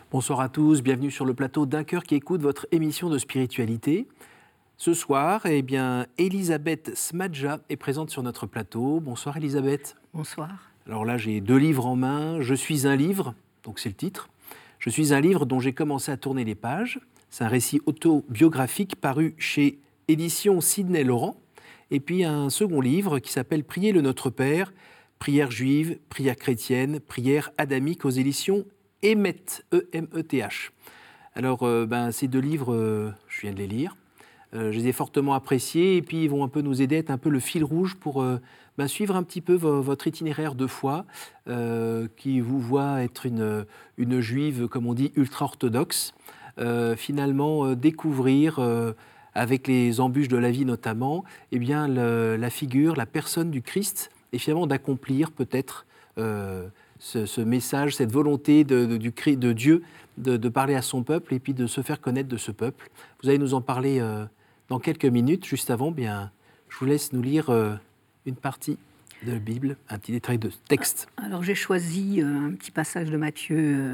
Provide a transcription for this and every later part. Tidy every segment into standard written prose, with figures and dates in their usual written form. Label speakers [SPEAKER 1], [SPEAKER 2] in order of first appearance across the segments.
[SPEAKER 1] Bonsoir à tous, bienvenue sur le plateau d'Un cœur qui écoute votre émission de spiritualité. Ce soir, Elisabeth Smadja est présente sur notre plateau. Bonsoir Elisabeth.
[SPEAKER 2] Bonsoir.
[SPEAKER 1] Alors là, j'ai 2 livres en main. Je suis un livre, donc c'est le titre. Je suis un livre dont j'ai commencé à tourner les pages. C'est un récit autobiographique paru chez Éditions Sidney Laurent. Et puis un second livre qui s'appelle Prier le Notre Père, prière juive, prière chrétienne, prière adamique aux éditions Emeth, E-M-E-T-H. Alors, ces 2 livres, je viens de les lire. Je les ai fortement appréciés et puis ils vont un peu nous aider à être un peu le fil rouge pour suivre un petit peu votre itinéraire de foi qui vous voit être une juive, comme on dit, ultra-orthodoxe. Finalement, découvrir, avec les embûches de la vie notamment, la figure, la personne du Christ et finalement d'accomplir peut-être ce message, cette volonté de Dieu de parler à son peuple et puis de se faire connaître de ce peuple. Vous allez nous en parler dans quelques minutes. Juste avant, je vous laisse nous lire une partie de la Bible, un petit détail de texte.
[SPEAKER 2] Alors j'ai choisi un petit passage de Matthieu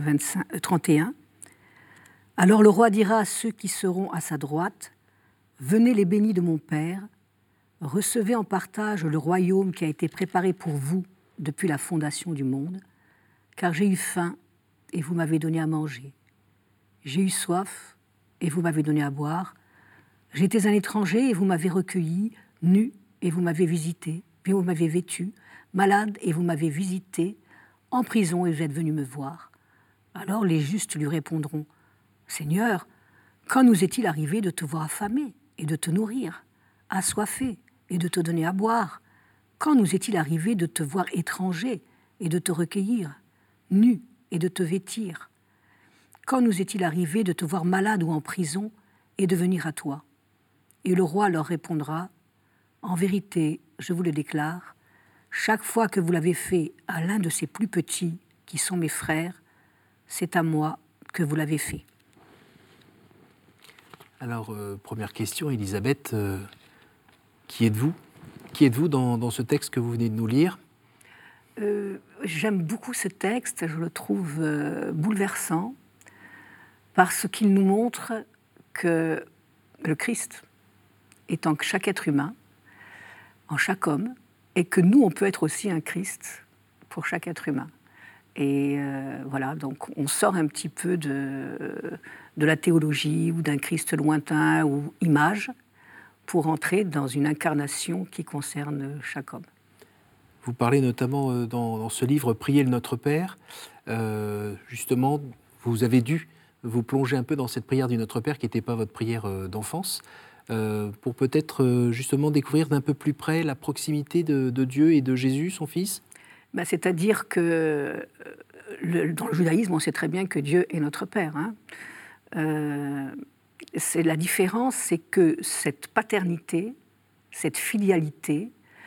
[SPEAKER 2] 31. Alors le roi dira à ceux qui seront à sa droite, « Venez les bénis de mon Père, recevez en partage le royaume qui a été préparé pour vous depuis la fondation du monde, car j'ai eu faim et vous m'avez donné à manger. J'ai eu soif et vous m'avez donné à boire. J'étais un étranger et vous m'avez recueilli, nu et vous m'avez visité, puis vous m'avez vêtu, malade et vous m'avez visité, en prison et vous êtes venu me voir. » Alors les justes lui répondront, « Seigneur, quand nous est-il arrivé de te voir affamé et de te nourrir, assoiffé et de te donner à boire ? Quand nous est-il arrivé de te voir étranger et de te recueillir, nu et de te vêtir ? Quand nous est-il arrivé de te voir malade ou en prison et de venir à toi ? » Et le roi leur répondra, « En vérité, je vous le déclare, chaque fois que vous l'avez fait à l'un de ces plus petits, qui sont mes frères, c'est à moi que vous l'avez fait. »
[SPEAKER 1] Alors, première question, Elisabeth, qui êtes-vous ? Qui êtes-vous dans ce texte que vous venez de nous lire ?
[SPEAKER 2] J'aime beaucoup ce texte, je le trouve bouleversant, parce qu'il nous montre que le Christ est en chaque être humain, en chaque homme, et que nous, on peut être aussi un Christ pour chaque être humain. Et voilà, donc on sort un petit peu de la théologie ou d'un Christ lointain ou image pour entrer dans une incarnation qui concerne chaque homme.
[SPEAKER 1] Vous parlez notamment dans ce livre « Prier le Notre Père ». Justement, vous avez dû vous plonger un peu dans cette prière du Notre Père qui n'était pas votre prière d'enfance, pour peut-être justement découvrir d'un peu plus près la proximité de Dieu et de Jésus, son Fils.
[SPEAKER 2] C'est-à-dire que dans le judaïsme, on sait très bien que Dieu est notre Père. C'est la différence, c'est que cette paternité, cette filialité,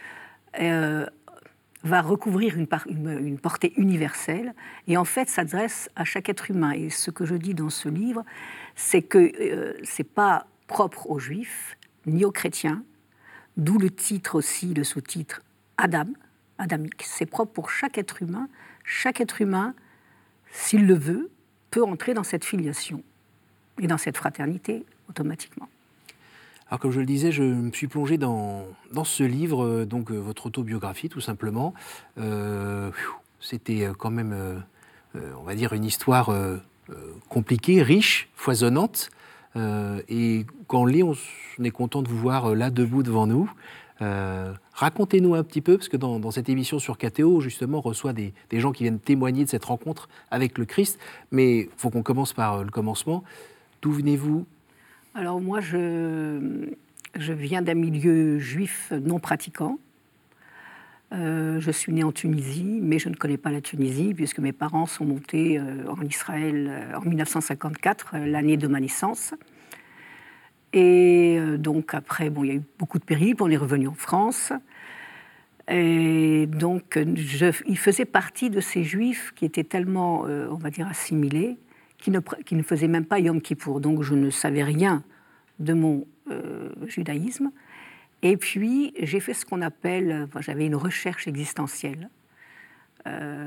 [SPEAKER 2] va recouvrir une portée universelle et en fait s'adresse à chaque être humain. Et ce que je dis dans ce livre, c'est que c'est pas propre aux Juifs ni aux chrétiens, d'où le titre aussi, le sous-titre adamique. C'est propre pour chaque être humain. Chaque être humain, s'il le veut, peut entrer dans cette filiation et dans cette fraternité automatiquement.
[SPEAKER 1] Alors, comme je le disais, je me suis plongé dans ce livre, votre autobiographie, tout simplement. C'était quand même, on va dire, une histoire compliquée, riche, foisonnante. Et quand on lit, on est content de vous voir là, debout devant nous. Racontez-nous un petit peu, parce que dans cette émission sur KTO, justement, on reçoit des gens qui viennent témoigner de cette rencontre avec le Christ. Mais il faut qu'on commence par le commencement. D'où venez-vous ?
[SPEAKER 2] Alors moi, je viens d'un milieu juif non pratiquant. Je suis née en Tunisie, mais je ne connais pas la Tunisie, puisque mes parents sont montés en Israël en 1954, l'année de ma naissance. Et donc après, il y a eu beaucoup de périples, on est revenu en France. Et donc, il faisait partie de ces juifs qui étaient tellement, on va dire, assimilés, qui ne faisaient même pas Yom Kippour. Donc je ne savais rien de mon judaïsme. Et puis j'ai fait ce qu'on appelle, j'avais une recherche existentielle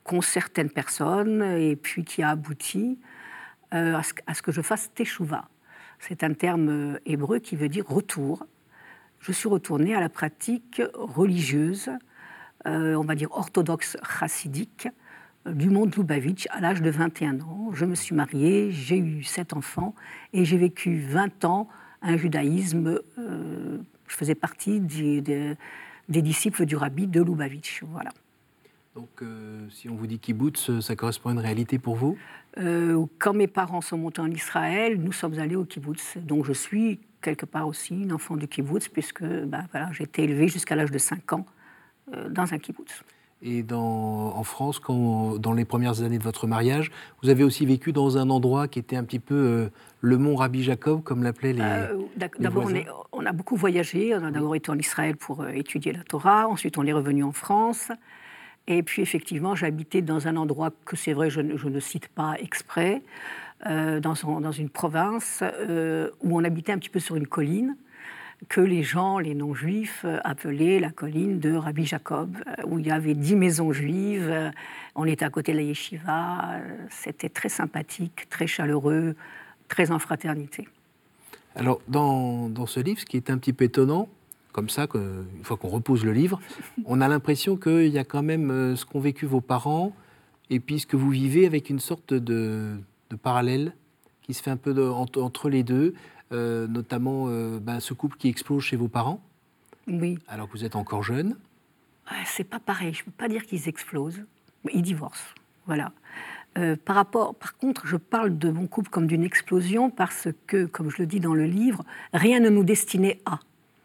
[SPEAKER 2] qu'ont certaines personnes, et puis qui a abouti à ce que je fasse teshuva. C'est un terme hébreu qui veut dire retour. Je suis retournée à la pratique religieuse, on va dire orthodoxe chassidique, du mont de Lubavitch à l'âge de 21 ans. Je me suis mariée, j'ai eu 7 enfants et j'ai vécu 20 ans un judaïsme. Je faisais partie des disciples du rabbi de Lubavitch. Voilà.
[SPEAKER 1] Donc, si on vous dit kibbutz, ça correspond à une réalité pour vous ?
[SPEAKER 2] Quand mes parents sont montés en Israël, nous sommes allés au kibbutz. Donc, je suis quelque part aussi une enfant du kibbutz, puisque j'ai été élevée jusqu'à l'âge de 5 ans dans un kibbutz.
[SPEAKER 1] Et en France, dans les premières années de votre mariage, vous avez aussi vécu dans un endroit qui était un petit peu le mont Rabbi Jacob, comme l'appelaient les
[SPEAKER 2] D'abord,
[SPEAKER 1] voisins.
[SPEAKER 2] on a beaucoup voyagé. On a d'abord été en Israël pour étudier la Torah. Ensuite, on est revenu en France. Et puis, effectivement, j'habitais dans un endroit que, c'est vrai, je ne cite pas exprès, dans une province où on habitait un petit peu sur une colline, que les gens, les non-juifs, appelaient la colline de Rabbi Jacob, où il y avait 10 maisons juives. On était à côté de la yeshiva. C'était très sympathique, très chaleureux, très en fraternité.
[SPEAKER 1] Alors, dans ce livre, ce qui est un petit peu étonnant, comme ça, une fois qu'on repose le livre, on a l'impression qu'il y a quand même ce qu'ont vécu vos parents et puis ce que vous vivez avec une sorte de parallèle qui se fait un peu entre les deux, notamment ce couple qui explose chez vos parents,
[SPEAKER 2] oui.
[SPEAKER 1] Alors que vous êtes encore jeune.
[SPEAKER 2] C'est pas pareil, je ne peux pas dire qu'ils explosent, ils divorcent, voilà. Par contre, je parle de mon couple comme d'une explosion parce que, comme je le dis dans le livre, rien ne nous destinait à.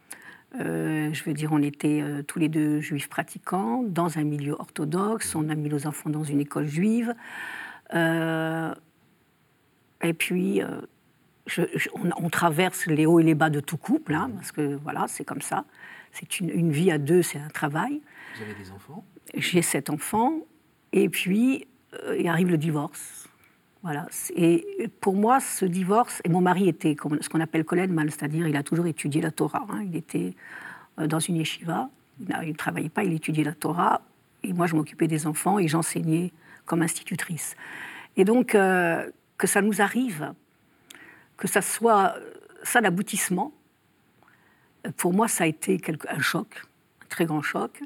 [SPEAKER 2] Je veux dire, on était tous les deux juifs pratiquants, dans un milieu orthodoxe, on a mis nos enfants dans une école juive. Et puis, on traverse les hauts et les bas de tout couple, hein, parce que voilà, c'est comme ça. C'est une vie à deux, c'est un travail.
[SPEAKER 1] Vous avez des enfants ?
[SPEAKER 2] J'ai 7 enfants, et puis il arrive le divorce. Voilà. Et pour moi, ce divorce, et mon mari était ce qu'on appelle kollel-man, c'est-à-dire il a toujours étudié la Torah. Hein, il était dans une yeshiva, il ne travaillait pas, il étudiait la Torah, et moi je m'occupais des enfants et j'enseignais comme institutrice. Et donc, que ça nous arrive, que ça soit ça l'aboutissement, pour moi ça a été un choc, un très grand choc.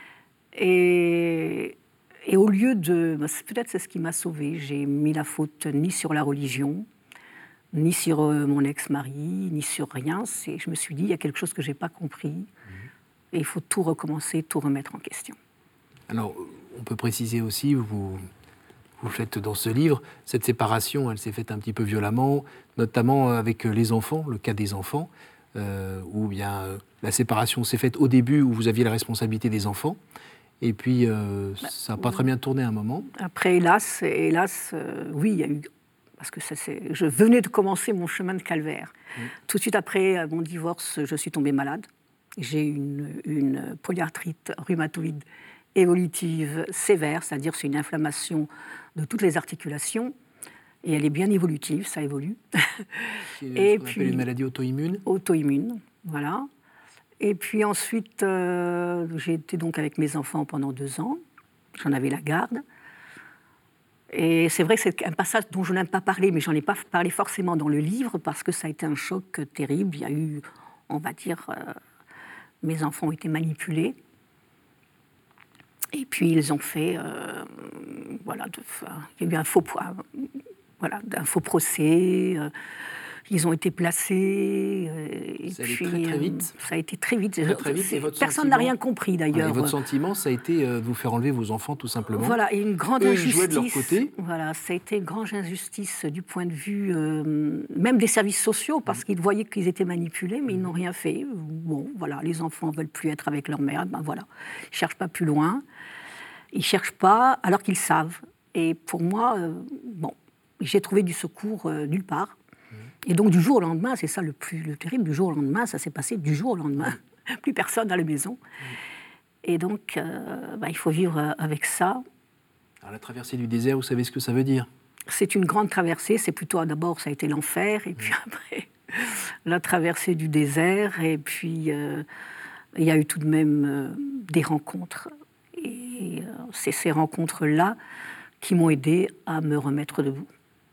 [SPEAKER 2] Et au lieu de... Peut-être c'est ce qui m'a sauvée. J'ai mis la faute ni sur la religion, ni sur mon ex-mari, ni sur rien. Je me suis dit, il y a quelque chose que je n'ai pas compris. Et il faut tout recommencer, tout remettre en question.
[SPEAKER 1] Alors, on peut préciser aussi, vous faites dans ce livre, cette séparation, elle s'est faite un petit peu violemment, notamment avec les enfants, le cas des enfants, où bien, la séparation s'est faite au début où vous aviez la responsabilité des enfants. Et puis, ça n'a pas très bien tourné à un moment.
[SPEAKER 2] Après, hélas, oui, il y a eu... Parce que je venais de commencer mon chemin de calvaire. Tout de suite après mon divorce, je suis tombée malade. J'ai une polyarthrite rhumatoïde évolutive sévère, c'est-à-dire c'est une inflammation de toutes les articulations. Et elle est bien évolutive, ça évolue.
[SPEAKER 1] C'est ce qu'on appelle une maladie auto-immune.
[SPEAKER 2] Auto-immune, voilà. Et puis ensuite, j'ai été donc avec mes enfants pendant 2 ans. J'en avais la garde. Et c'est vrai que c'est un passage dont je n'aime pas parler, mais j'en ai pas parlé forcément dans le livre, parce que ça a été un choc terrible. Il y a eu, on va dire, mes enfants ont été manipulés. Et puis ils ont fait, voilà, il y a eu un faux procès. Ils ont été placés.
[SPEAKER 1] Ça a été très vite.
[SPEAKER 2] Ça a été très vite.
[SPEAKER 1] Très vite.
[SPEAKER 2] Personne n'a rien compris d'ailleurs.
[SPEAKER 1] Et votre sentiment, ça a été de vous faire enlever vos enfants tout simplement.
[SPEAKER 2] Voilà, et une grande injustice.
[SPEAKER 1] Ils jouaient de leur côté.
[SPEAKER 2] Voilà, ça a été une grande injustice du point de vue même des services sociaux, parce qu'ils voyaient qu'ils étaient manipulés, mais ils n'ont rien fait. Bon, voilà, les enfants ne veulent plus être avec leur mère. Ben voilà, ils ne cherchent pas plus loin. Ils ne cherchent pas alors qu'ils savent. Et pour moi, j'ai trouvé du secours nulle part. Et donc, du jour au lendemain, c'est ça le terrible, du jour au lendemain, ça s'est passé du jour au lendemain. Plus personne à la maison. Et donc, il faut vivre avec ça.
[SPEAKER 1] Alors, la traversée du désert, vous savez ce que ça veut dire ?
[SPEAKER 2] C'est une grande traversée. C'est plutôt, d'abord, ça a été l'enfer. Et puis après, la traversée du désert. Et puis, il y a eu tout de même des rencontres. c'est ces rencontres-là qui m'ont aidé à me remettre debout.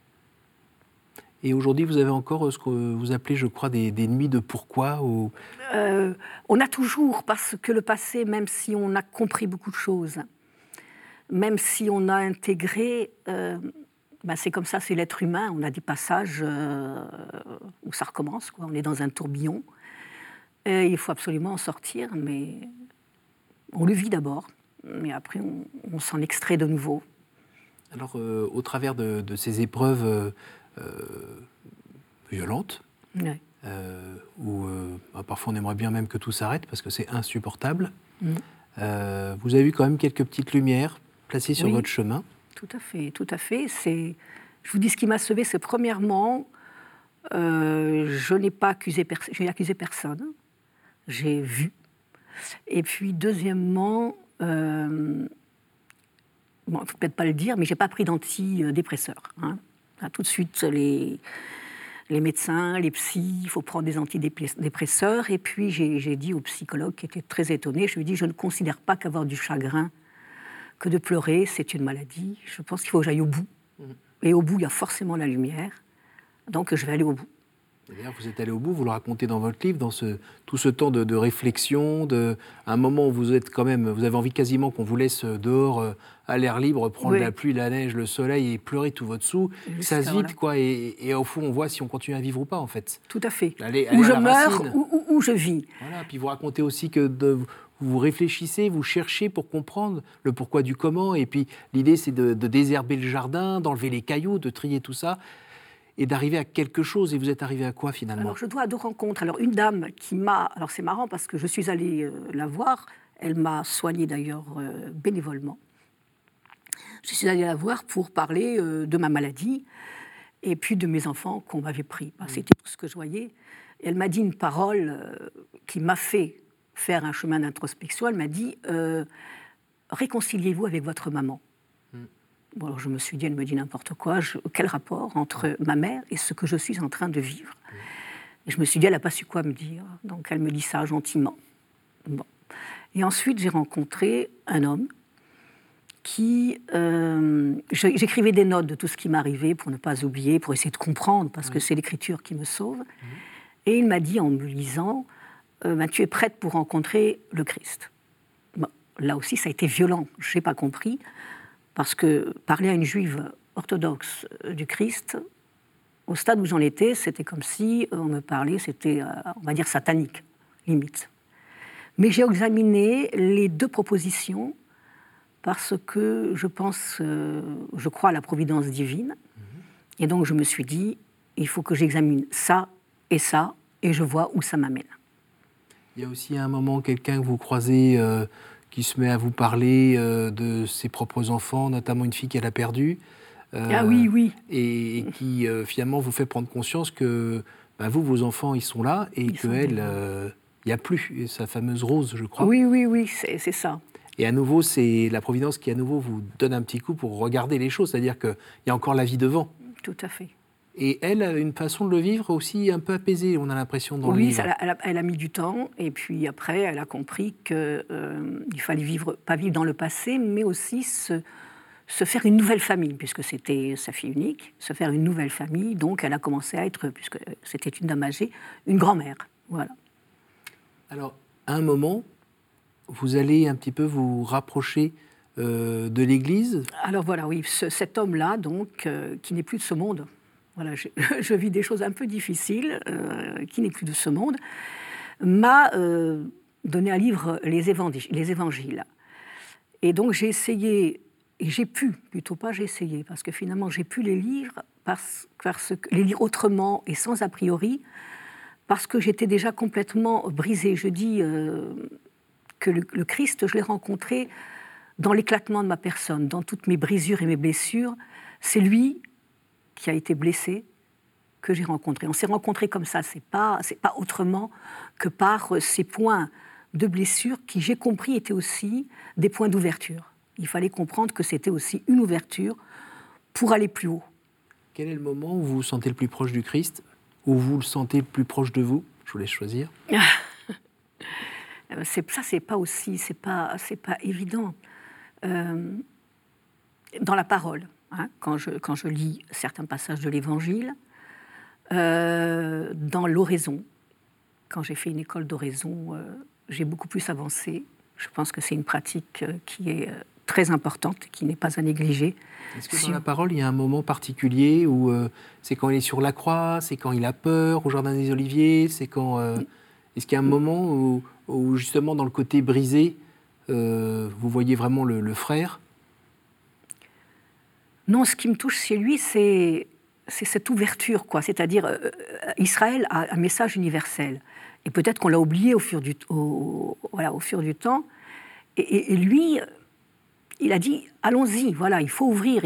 [SPEAKER 1] Et aujourd'hui, vous avez encore ce que vous appelez, je crois, des nuits de pourquoi ou...
[SPEAKER 2] On a toujours, parce que le passé, même si on a compris beaucoup de choses, même si on a intégré, c'est comme ça, c'est l'être humain, on a des passages où ça recommence, quoi. On est dans un tourbillon, et il faut absolument en sortir, mais on le vit d'abord, mais après on s'en extrait de nouveau.
[SPEAKER 1] Alors, au travers de ces épreuves violentes,
[SPEAKER 2] Ouais.
[SPEAKER 1] où parfois on aimerait bien même que tout s'arrête parce que c'est insupportable, vous avez vu quand même quelques petites lumières placées sur votre chemin.
[SPEAKER 2] Tout à fait, tout à fait. Je vous dis, ce qui m'a sauvé, c'est premièrement, je n'ai pas accusé, j'ai accusé personne, j'ai vu. Et puis deuxièmement, il ne faut peut-être pas le dire, mais je n'ai pas pris d'antidépresseurs. Hein. Là, tout de suite, les médecins, les psys, il faut prendre des antidépresseurs. Et puis j'ai dit au psychologue qui était très étonné, je lui ai dit, je ne considère pas qu'avoir du chagrin, que de pleurer, c'est une maladie. Je pense qu'il faut que j'aille au bout. Et au bout, il y a forcément la lumière. Donc je vais aller au bout.
[SPEAKER 1] D'ailleurs, vous êtes allé au bout, vous le racontez dans votre livre, dans tout ce temps de réflexion, un moment où vous avez envie quasiment qu'on vous laisse dehors, à l'air libre, prendre la pluie, la neige, le soleil et pleurer tout votre sou. Ça se vide, quoi. Et au fond, on voit si on continue à vivre ou pas, en fait.
[SPEAKER 2] Tout à fait.
[SPEAKER 1] Où
[SPEAKER 2] je meurs, où je vis.
[SPEAKER 1] Voilà. Puis vous racontez aussi que vous réfléchissez, vous cherchez pour comprendre le pourquoi du comment. Et puis l'idée, c'est de désherber le jardin, d'enlever les cailloux, de trier tout ça. Et d'arriver à quelque chose. Et vous êtes arrivé à quoi, finalement?
[SPEAKER 2] Alors, je dois à 2 rencontres. Alors, une dame qui m'a... Alors, c'est marrant parce que je suis allée la voir. Elle m'a soignée, d'ailleurs, bénévolement. Je suis allée la voir pour parler de ma maladie et puis de mes enfants qu'on m'avait pris. C'était tout ce que je voyais. Et elle m'a dit une parole qui m'a fait faire un chemin d'introspection. Elle m'a dit réconciliez-vous avec votre maman. Bon, alors je me suis dit, elle me dit n'importe quoi, quel rapport entre ma mère et ce que je suis en train de vivre? Et je me suis dit, elle n'a pas su quoi me dire, donc elle me dit ça gentiment. Bon. Et ensuite, j'ai rencontré un homme qui... j'écrivais des notes de tout ce qui m'arrivait pour ne pas oublier, pour essayer de comprendre, parce que c'est l'écriture qui me sauve. Et il m'a dit, en me lisant, tu es prête pour rencontrer le Christ. Bon, là aussi, ça a été violent, je n'ai pas compris. Parce que parler à une juive orthodoxe du Christ, au stade où j'en étais, c'était comme si on me parlait, c'était, on va dire, satanique, limite. Mais j'ai examiné les 2 propositions parce que je crois à la providence divine. Et donc je me suis dit, il faut que j'examine ça, et je vois où ça m'amène.
[SPEAKER 1] Il y a aussi un moment quelqu'un que vous croisez... qui se met à vous parler de ses propres enfants, notamment une fille qu'elle a perdue.
[SPEAKER 2] Oui.
[SPEAKER 1] Et qui, finalement, vous fait prendre conscience que vous, vos enfants, ils sont là, et qu'elle, il n'y a plus. Et sa fameuse Rose, je crois.
[SPEAKER 2] Oui, c'est ça.
[SPEAKER 1] Et à nouveau, c'est la Providence qui, à nouveau, vous donne un petit coup pour regarder les choses. C'est-à-dire qu'il y a encore la vie devant.
[SPEAKER 2] Tout à fait.
[SPEAKER 1] Et elle a une façon de le vivre aussi un peu apaisée, on a l'impression, dans le livre.
[SPEAKER 2] Oui, elle a mis du temps, et puis après, elle a compris qu'il fallait pas vivre dans le passé, mais aussi se faire une nouvelle famille, puisque c'était sa fille unique, se faire une nouvelle famille. Donc elle a commencé à être, puisque c'était une dame âgée, une grand-mère. Voilà.
[SPEAKER 1] Alors, à un moment, vous allez un petit peu vous rapprocher de l'Église.
[SPEAKER 2] Alors voilà, oui, cet homme-là, donc, qui n'est plus de ce monde... Voilà, je vis des choses un peu difficiles, qui n'est plus de ce monde, m'a donné un livre, les évangiles. Et donc j'ai essayé, et j'ai pu, plutôt pas j'ai essayé, parce que finalement j'ai pu les lire, les lire autrement et sans a priori, parce que j'étais déjà complètement brisée. Je dis que le Christ, je l'ai rencontré dans l'éclatement de ma personne, dans toutes mes brisures et mes blessures. C'est lui qui a été blessé, que j'ai rencontré. On s'est rencontrés comme ça, c'est pas autrement que par ces points de blessure qui, j'ai compris, étaient aussi des points d'ouverture. Il fallait comprendre que c'était aussi une ouverture pour aller plus haut. Quel est le moment où vous vous sentez le plus proche du Christ, où vous le sentez le plus proche de vous? Je vous laisse choisir. C'est pas évident. dans la parole, hein, quand je lis certains passages de l'Évangile, dans l'oraison. Quand j'ai fait une école d'oraison, j'ai beaucoup plus avancé. Je pense que c'est une pratique qui est très importante, qui n'est pas à négliger.
[SPEAKER 1] Est-ce que dans la parole, il y a un moment particulier où c'est quand il est sur la croix, c'est quand il a peur au Jardin des Oliviers, c'est quand... Est-ce qu'il y a un moment où justement, dans le côté brisé, vous voyez vraiment le frère ?
[SPEAKER 2] Non, ce qui me touche chez lui, c'est cette ouverture, quoi. C'est-à-dire, Israël a un message universel. Et peut-être qu'on l'a oublié au fur du temps. Et lui, il a dit, allons-y, voilà, il faut ouvrir.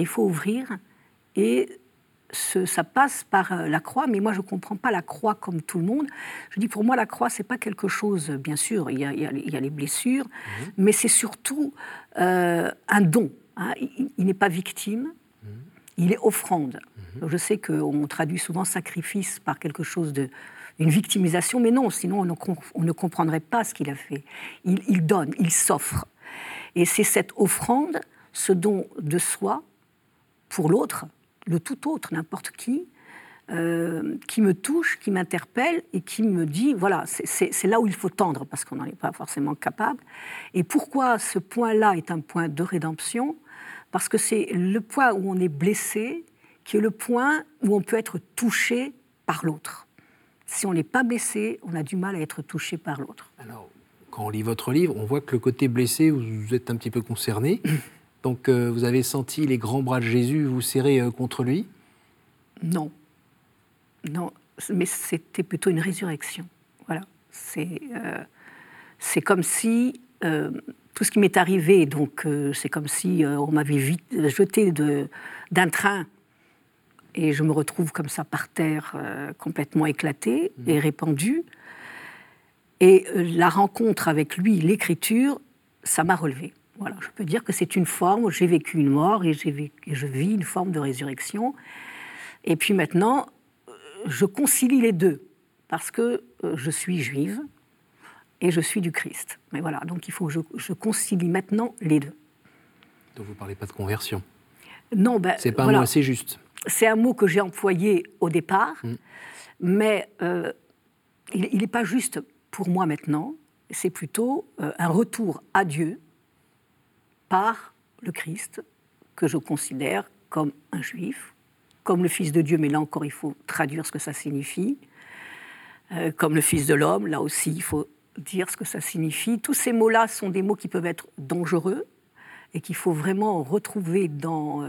[SPEAKER 2] Et ça passe par la croix, mais moi, je ne comprends pas la croix comme tout le monde. Je dis, pour moi, la croix, ce n'est pas quelque chose, bien sûr, il y a les blessures, mais c'est surtout un don. Hein. Il n'est pas victime, il est offrande. Donc, je sais qu'on traduit souvent sacrifice par quelque chose une victimisation, mais non, sinon on ne comprendrait pas ce qu'il a fait. Il donne, il s'offre. Et c'est cette offrande, ce don de soi pour l'autre, le tout autre, n'importe qui me touche, qui m'interpelle et qui me dit, voilà, c'est là où il faut tendre, parce qu'on n'en est pas forcément capable. Et pourquoi ce point-là est un point de rédemption ? Parce que c'est le point où on est blessé, qui est le point où on peut être touché par l'autre. Si on n'est pas blessé, on a du mal à être touché par l'autre.
[SPEAKER 1] Alors, quand on lit votre livre, on voit que le côté blessé, vous êtes un petit peu concerné. Donc, vous avez senti les grands bras de Jésus vous serrer contre lui ?
[SPEAKER 2] Non, mais c'était plutôt une résurrection. Voilà, c'est comme si tout ce qui m'est arrivé, donc c'est comme si on m'avait jeté d'un train et je me retrouve comme ça par terre, complètement éclatée et répandue. Et la rencontre avec lui, l'écriture, ça m'a relevée. Voilà, je peux dire que c'est une forme, j'ai vécu une mort et je vis une forme de résurrection. Et puis maintenant, je concilie les deux, parce que je suis juive et je suis du Christ. Mais voilà, donc il faut que je concilie maintenant les deux.
[SPEAKER 1] Donc vous ne parlez pas de conversion ?
[SPEAKER 2] Non,
[SPEAKER 1] c'est pas un mot assez juste.
[SPEAKER 2] C'est un mot que j'ai employé au départ, mais il n'est pas juste pour moi maintenant, c'est plutôt un retour à Dieu par le Christ, que je considère comme un juif, comme le Fils de Dieu, mais là encore il faut traduire ce que ça signifie, comme le Fils de l'homme, là aussi il faut dire ce que ça signifie. Tous ces mots-là sont des mots qui peuvent être dangereux et qu'il faut vraiment retrouver dans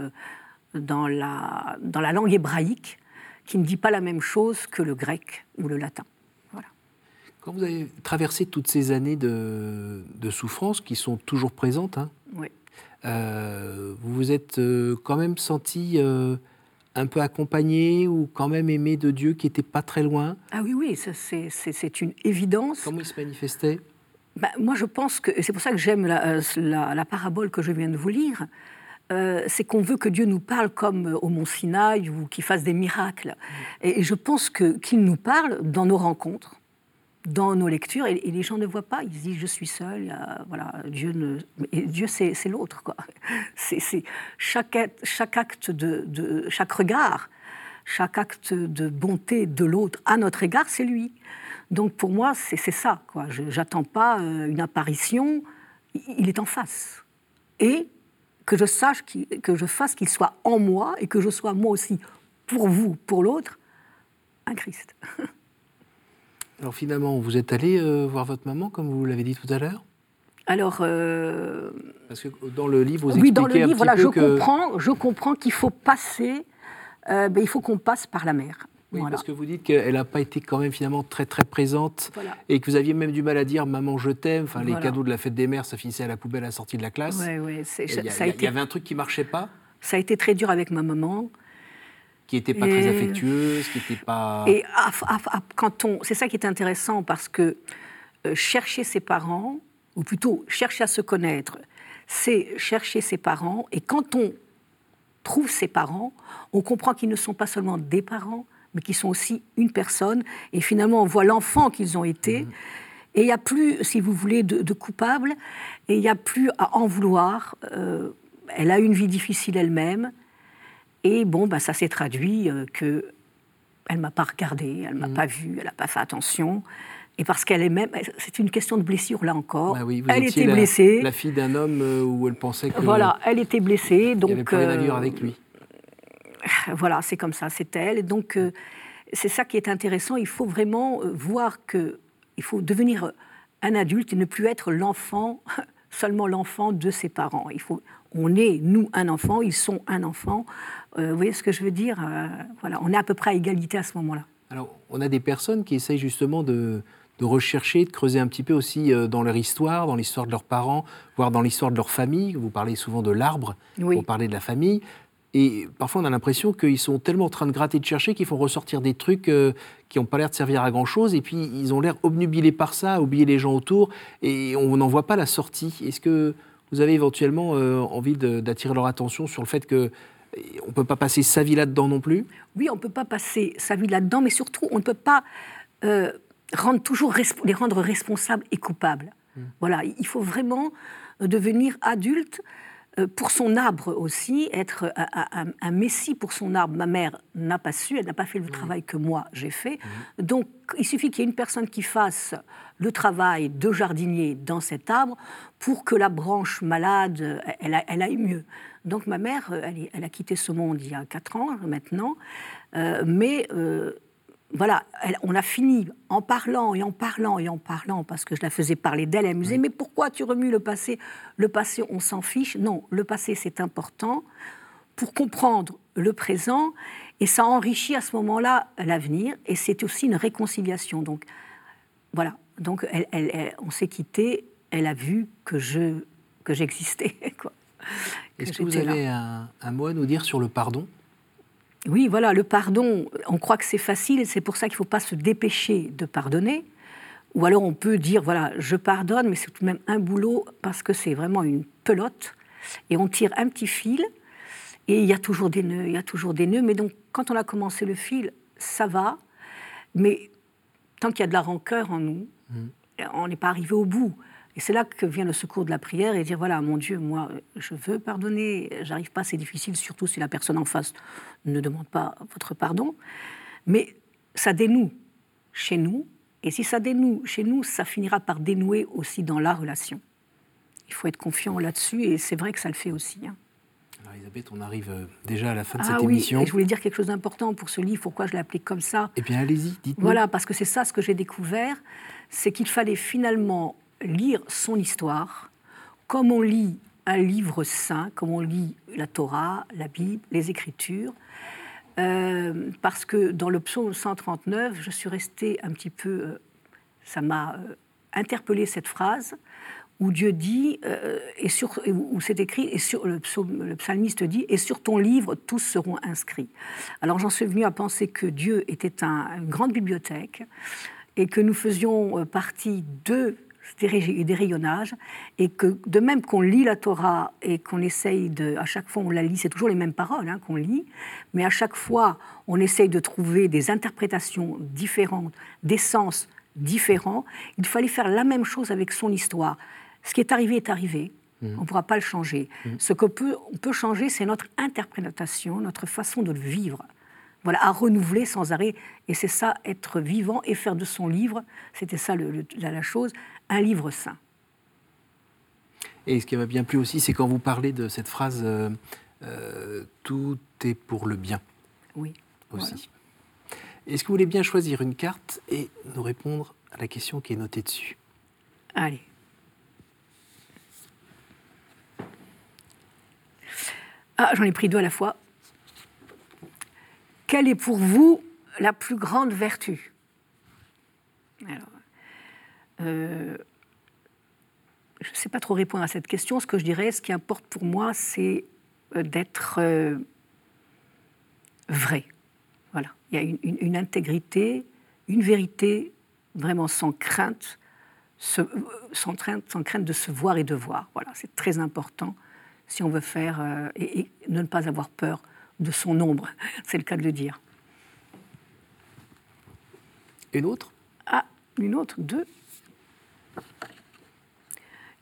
[SPEAKER 2] la langue hébraïque, qui ne dit pas la même chose que le grec ou le latin. Voilà.
[SPEAKER 1] Quand vous avez traversé toutes ces années de souffrance qui sont toujours présentes, hein,
[SPEAKER 2] oui.
[SPEAKER 1] Vous vous êtes quand même senti un peu accompagné ou quand même aimé de Dieu qui n'était pas très loin ?
[SPEAKER 2] Ah oui, ça, c'est une évidence.
[SPEAKER 1] Comment il se manifestait ?
[SPEAKER 2] Moi, je pense que, et c'est pour ça que j'aime la parabole que je viens de vous lire, c'est qu'on veut que Dieu nous parle comme au Mont Sinaï ou qu'il fasse des miracles. Et je pense qu'il nous parle dans nos rencontres, dans nos lectures, et les gens ne voient pas. Ils se disent, je suis seul, voilà, Dieu c'est l'autre, quoi. C'est chaque acte chaque regard, chaque acte de bonté de l'autre à notre égard, c'est lui. Donc pour moi, c'est ça, quoi. Je n'attends pas une apparition, il est en face. Et que je sache, que je fasse qu'il soit en moi et que je sois moi aussi, pour vous, pour l'autre, un Christ.
[SPEAKER 1] Alors finalement, vous êtes allé voir votre maman, comme vous l'avez dit tout à l'heure ?
[SPEAKER 2] Alors,
[SPEAKER 1] parce que dans le livre, vous
[SPEAKER 2] oui,
[SPEAKER 1] expliquez
[SPEAKER 2] dans le livre, voilà,
[SPEAKER 1] je
[SPEAKER 2] comprends qu'il faut passer, il faut qu'on passe par la mer.
[SPEAKER 1] Oui,
[SPEAKER 2] voilà.
[SPEAKER 1] Parce que vous dites qu'elle n'a pas été quand même finalement très très présente,
[SPEAKER 2] voilà.
[SPEAKER 1] Et que vous aviez même du mal à dire « maman, je t'aime ». Enfin, les
[SPEAKER 2] voilà.
[SPEAKER 1] cadeaux de la fête des mères, ça finissait à la poubelle à la sortie de la classe.
[SPEAKER 2] Oui,
[SPEAKER 1] il y avait un truc qui ne marchait pas.
[SPEAKER 2] Ça a été très dur avec ma maman.
[SPEAKER 1] Qui n'était pas très affectueuse, qui n'était pas...
[SPEAKER 2] Et c'est ça qui est intéressant, parce que chercher ses parents, ou plutôt chercher à se connaître, c'est chercher ses parents. Et quand on trouve ses parents, on comprend qu'ils ne sont pas seulement des parents, mais qu'ils sont aussi une personne. Et finalement, on voit l'enfant qu'ils ont été. Et il n'y a plus, si vous voulez, de coupable, et il n'y a plus à en vouloir. Elle a une vie difficile elle-même, et bon, ben, ça s'est traduit qu'elle ne m'a pas regardée, elle ne m'a pas vue, elle n'a pas fait attention. Et parce qu'elle est même, c'est une question de blessure là encore.
[SPEAKER 1] Bah oui, vous
[SPEAKER 2] elle
[SPEAKER 1] étiez
[SPEAKER 2] était blessée.
[SPEAKER 1] la fille d'un homme où elle pensait que
[SPEAKER 2] Voilà, elle était blessée, donc.
[SPEAKER 1] il n'y avait plus rien à vivre avec lui.
[SPEAKER 2] Voilà, c'est comme ça, c'est elle. Et donc, c'est ça qui est intéressant. Il faut vraiment voir qu'il faut devenir un adulte et ne plus être l'enfant, seulement l'enfant de ses parents. On est, nous, un enfant, ils sont un enfant. Vous voyez ce que je veux dire? Voilà, on est à peu près à égalité à ce moment-là.
[SPEAKER 1] Alors, on a des personnes qui essayent justement de rechercher, de creuser un petit peu aussi dans leur histoire, dans l'histoire de leurs parents, voire dans l'histoire de leur famille. Vous parlez souvent de l'arbre pour parler de la famille. Et parfois, on a l'impression qu'ils sont tellement en train de gratter, de chercher, qu'ils font ressortir des trucs qui n'ont pas l'air de servir à grand-chose. Et puis, ils ont l'air obnubilés par ça, oublier les gens autour. Et on n'en voit pas la sortie. Est-ce que vous avez éventuellement envie d'attirer leur attention sur le fait qu'on ne peut pas passer sa vie là-dedans non plus?
[SPEAKER 2] Oui, on ne peut pas passer sa vie là-dedans, mais surtout, on ne peut pas les rendre responsables et coupables. Voilà, il faut vraiment devenir adulte pour son arbre aussi, être un messie pour son arbre. Ma mère n'a pas su, elle n'a pas fait le travail que moi j'ai fait. Donc, il suffit qu'il y ait une personne qui fasse le travail de jardinier dans cet arbre pour que la branche malade, elle aille mieux. Donc, ma mère, elle a quitté ce monde il y a 4 ans maintenant, mais voilà, on a fini en parlant, parce que je la faisais parler d'elle, elle me disait « Mais pourquoi tu remues le passé ? Le passé, on s'en fiche. » Non, le passé, c'est important pour comprendre le présent, et ça enrichit à ce moment-là l'avenir, et c'est aussi une réconciliation. Donc, voilà. Donc, on s'est quittés, elle a vu que j'existais, quoi.
[SPEAKER 1] Est-ce que vous avez un mot à nous dire sur le pardon ?
[SPEAKER 2] Oui, voilà, le pardon, on croit que c'est facile, et c'est pour ça qu'il ne faut pas se dépêcher de pardonner. Ou alors on peut dire, voilà, je pardonne, mais c'est tout de même un boulot, parce que c'est vraiment une pelote, et on tire un petit fil, et il y a toujours des nœuds, mais donc quand on a commencé le fil, ça va, mais tant qu'il y a de la rancœur en nous, on n'est pas arrivé au bout. Et c'est là que vient le secours de la prière et dire, voilà, mon Dieu, moi, je veux pardonner, j'arrive pas, c'est difficile, surtout si la personne en face ne demande pas votre pardon. Mais ça dénoue chez nous, et si ça dénoue chez nous, ça finira par dénouer aussi dans la relation. Il faut être confiant là-dessus, et c'est vrai que ça le fait aussi.
[SPEAKER 1] Alors Elisabeth, on arrive déjà à la fin de cette
[SPEAKER 2] oui,
[SPEAKER 1] émission.
[SPEAKER 2] Et je voulais dire quelque chose d'important pour ce livre, pourquoi je l'ai appelé comme ça.
[SPEAKER 1] Eh bien, allez-y, dites-nous.
[SPEAKER 2] Voilà, parce que c'est ça ce que j'ai découvert, c'est qu'il fallait finalement lire son histoire comme on lit un livre saint, comme on lit la Torah, la Bible, les Écritures, parce que dans le psaume 139, je suis restée un petit peu... ça m'a interpellée cette phrase, où Dieu dit, où c'est écrit, le psalmiste dit, « Et sur ton livre, tous seront inscrits ». Alors j'en suis venue à penser que Dieu était une grande bibliothèque, et que nous faisions partie des rayonnages, et que de même qu'on lit la Torah et qu'on essaye à chaque fois on la lit, c'est toujours les mêmes paroles qu'on lit, mais à chaque fois on essaye de trouver des interprétations différentes, des sens différents. Il fallait faire la même chose avec son histoire. Ce qui est arrivé, on ne pourra pas le changer. Ce qu'on peut changer, c'est notre interprétation, notre façon de le vivre. Voilà, à renouveler sans arrêt. Et c'est ça, être vivant et faire de son livre, c'était ça la chose, un livre saint.
[SPEAKER 1] Et ce qui m'a bien plu aussi, c'est quand vous parlez de cette phrase tout est pour le bien.
[SPEAKER 2] Oui.
[SPEAKER 1] Aussi.
[SPEAKER 2] Voilà.
[SPEAKER 1] Est-ce que vous voulez bien choisir une carte et nous répondre à la question qui est notée dessus?
[SPEAKER 2] Allez. Ah, j'en ai pris 2 à la fois. Quelle est pour vous la plus grande vertu? Alors, je ne sais pas trop répondre à cette question. Ce que je dirais, ce qui importe pour moi, c'est d'être vrai. Voilà. Il y a une intégrité, une vérité, vraiment sans crainte, sans crainte de se voir et de voir. Voilà, c'est très important si on veut faire et ne pas avoir peur de son ombre, c'est le cas de le dire.
[SPEAKER 1] Une autre?
[SPEAKER 2] Ah, une autre, 2.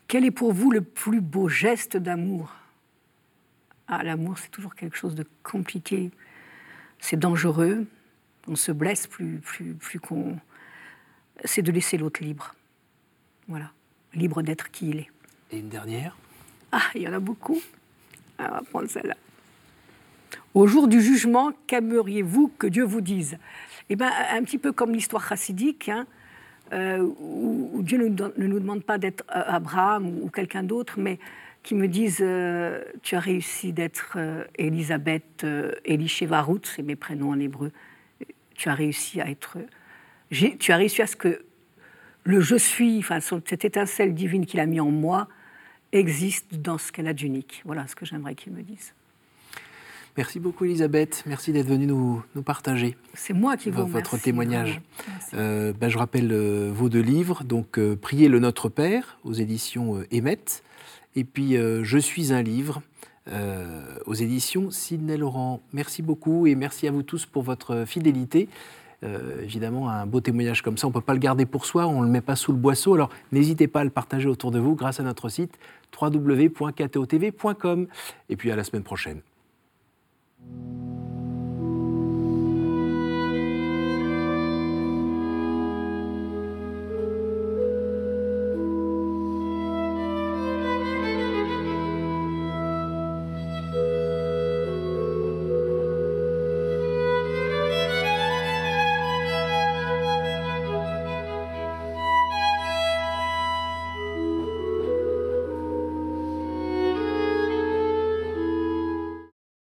[SPEAKER 2] Quel est pour vous le plus beau geste d'amour? Ah, l'amour, c'est toujours quelque chose de compliqué. C'est dangereux. On se blesse plus qu'on... C'est de laisser l'autre libre. Voilà. Libre d'être qui il est.
[SPEAKER 1] Et une dernière?
[SPEAKER 2] Ah, il y en a beaucoup. Ah, on va prendre celle-là. Au jour du jugement, qu'aimeriez-vous que Dieu vous dise? Eh bien, un petit peu comme l'histoire chassidique, hein, où Dieu ne nous demande pas d'être Abraham ou quelqu'un d'autre, mais qui me dise tu as réussi d'être Elisabeth Elisheva Ruth, c'est mes prénoms en hébreu. Tu as réussi à être... tu as réussi à ce que le je suis, enfin, cette étincelle divine qu'il a mis en moi, existe dans ce qu'elle a d'unique. Voilà ce que j'aimerais qu'il me dise.
[SPEAKER 1] Merci beaucoup Elisabeth, merci d'être venue nous partager.
[SPEAKER 2] C'est moi qui vous remercie.
[SPEAKER 1] Votre témoignage. Je rappelle vos 2 livres, donc Priez le Notre Père aux éditions Emmet, et puis Je suis un livre aux éditions Sidney Laurent. Merci beaucoup et merci à vous tous pour votre fidélité. Évidemment, un beau témoignage comme ça, on ne peut pas le garder pour soi, on ne le met pas sous le boisseau, alors n'hésitez pas à le partager autour de vous grâce à notre site www.ktotv.com. Et puis à la semaine prochaine.